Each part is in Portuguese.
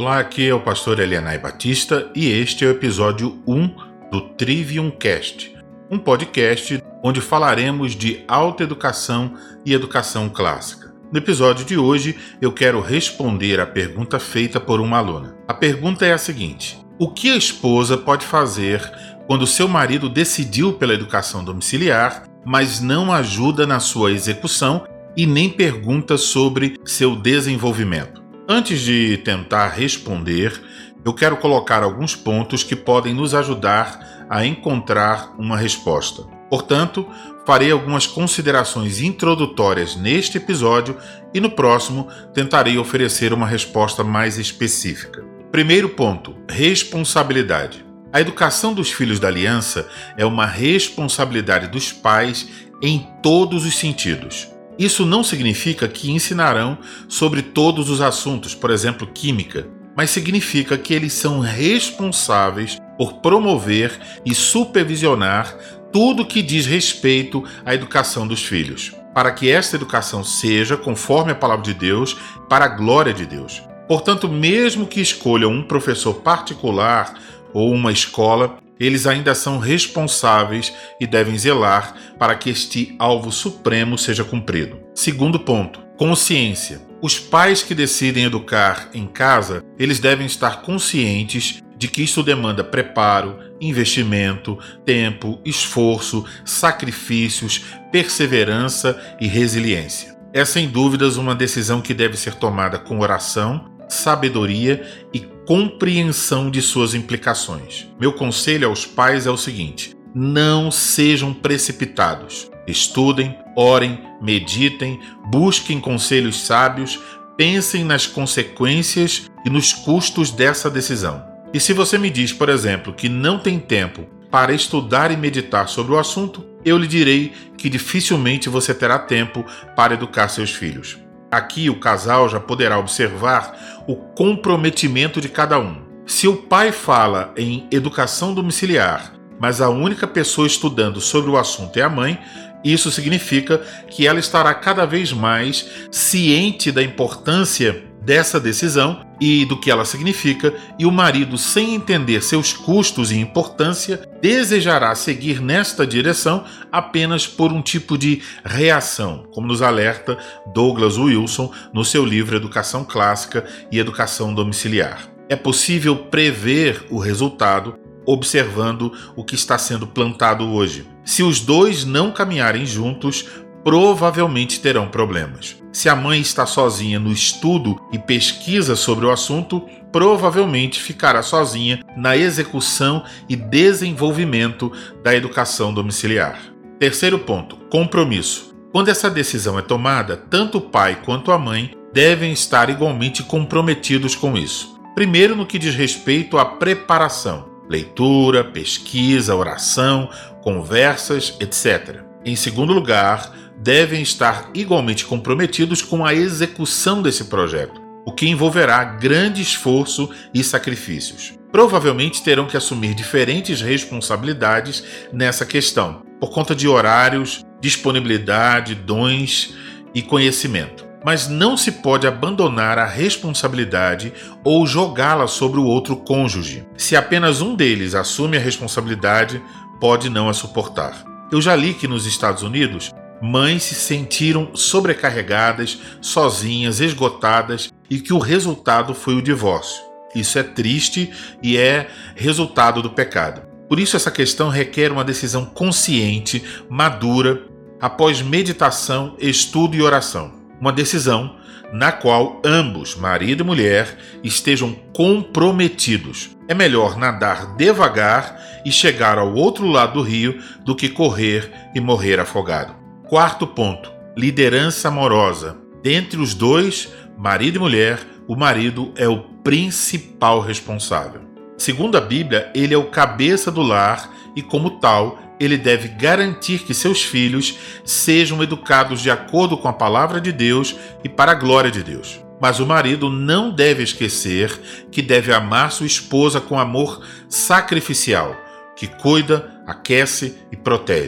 Olá, aqui é o pastor Elianai Batista e este é o episódio 1 do Trivium Cast, um podcast onde falaremos de autoeducação e educação clássica. No episódio de hoje, eu quero responder à pergunta feita por uma aluna. A pergunta é a seguinte: o que a esposa pode fazer quando seu marido decidiu pela educação domiciliar, mas não ajuda na sua execução e nem pergunta sobre seu desenvolvimento? Antes de tentar responder, eu quero colocar alguns pontos que podem nos ajudar a encontrar uma resposta. Portanto, farei algumas considerações introdutórias neste episódio e no próximo tentarei oferecer uma resposta mais específica. Primeiro ponto: responsabilidade. A educação dos filhos da aliança é uma responsabilidade dos pais em todos os sentidos. Isso não significa que ensinarão sobre todos os assuntos, por exemplo, química, mas significa que eles são responsáveis por promover e supervisionar tudo que diz respeito à educação dos filhos, para que esta educação seja conforme a palavra de Deus, para a glória de Deus. Portanto, mesmo que escolham um professor particular ou uma escola, eles ainda são responsáveis e devem zelar para que este alvo supremo seja cumprido. Segundo ponto: consciência. Os pais que decidem educar em casa, eles devem estar conscientes de que isso demanda preparo, investimento, tempo, esforço, sacrifícios, perseverança e resiliência. É sem dúvidas uma decisão que deve ser tomada com oração, sabedoria e compreensão de suas implicações. Meu conselho aos pais é o seguinte: não sejam precipitados. Estudem, orem, meditem, busquem conselhos sábios, pensem nas consequências e nos custos dessa decisão. E se você me diz, por exemplo, que não tem tempo para estudar e meditar sobre o assunto, eu lhe direi que dificilmente você terá tempo para educar seus filhos. Aqui o casal já poderá observar o comprometimento de cada um. Se o pai fala em educação domiciliar, mas a única pessoa estudando sobre o assunto é a mãe, isso significa que ela estará cada vez mais ciente da importância dessa decisão e do que ela significa, e o marido, sem entender seus custos e importância, desejará seguir nesta direção apenas por um tipo de reação, como nos alerta Douglas Wilson no seu livro Educação Clássica e Educação Domiciliar. É possível prever o resultado observando o que está sendo plantado hoje. Se os dois não caminharem juntos, provavelmente terão problemas. Se a mãe está sozinha no estudo e pesquisa sobre o assunto, provavelmente ficará sozinha na execução e desenvolvimento da educação domiciliar. Terceiro ponto: compromisso. Quando essa decisão é tomada, tanto o pai quanto a mãe devem estar igualmente comprometidos com isso. Primeiro, no que diz respeito à preparação: leitura, pesquisa, oração, conversas, etc. Em segundo lugar, devem estar igualmente comprometidos com a execução desse projeto, o que envolverá grande esforço e sacrifícios. Provavelmente terão que assumir diferentes responsabilidades nessa questão, por conta de horários, disponibilidade, dons e conhecimento. Mas não se pode abandonar a responsabilidade ou jogá-la sobre o outro cônjuge. Se apenas um deles assume a responsabilidade, pode não a suportar. Eu já li que nos Estados Unidos, mães se sentiram sobrecarregadas, sozinhas, esgotadas e que o resultado foi o divórcio. Isso é triste e é resultado do pecado. Por isso essa questão requer uma decisão consciente, madura, após meditação, estudo e oração. Uma decisão na qual ambos, marido e mulher, estejam comprometidos. É melhor nadar devagar e chegar ao outro lado do rio do que correr e morrer afogado. Quarto ponto: liderança amorosa. Dentre os dois, marido e mulher, o marido é o principal responsável. Segundo a Bíblia, ele é o cabeça do lar e, como tal, ele deve garantir que seus filhos sejam educados de acordo com a palavra de Deus e para a glória de Deus. Mas o marido não deve esquecer que deve amar sua esposa com amor sacrificial, que cuida, aquece e protege.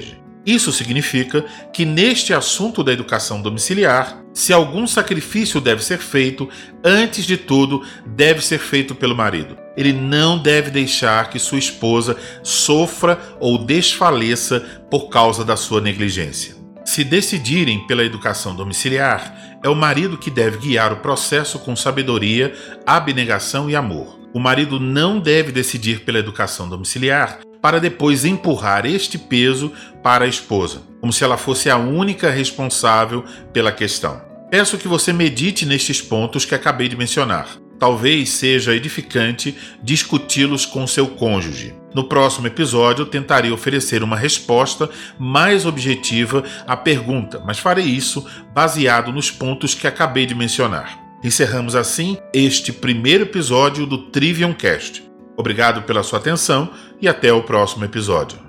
Isso significa que neste assunto da educação domiciliar, se algum sacrifício deve ser feito, antes de tudo, deve ser feito pelo marido. Ele não deve deixar que sua esposa sofra ou desfaleça por causa da sua negligência. Se decidirem pela educação domiciliar, é o marido que deve guiar o processo com sabedoria, abnegação e amor. O marido não deve decidir pela educação domiciliar para depois empurrar este peso para a esposa, como se ela fosse a única responsável pela questão. Peço que você medite nestes pontos que acabei de mencionar. Talvez seja edificante discuti-los com seu cônjuge. No próximo episódio, eu tentarei oferecer uma resposta mais objetiva à pergunta, mas farei isso baseado nos pontos que acabei de mencionar. Encerramos assim este primeiro episódio do Trivium Cast. Obrigado pela sua atenção e até o próximo episódio.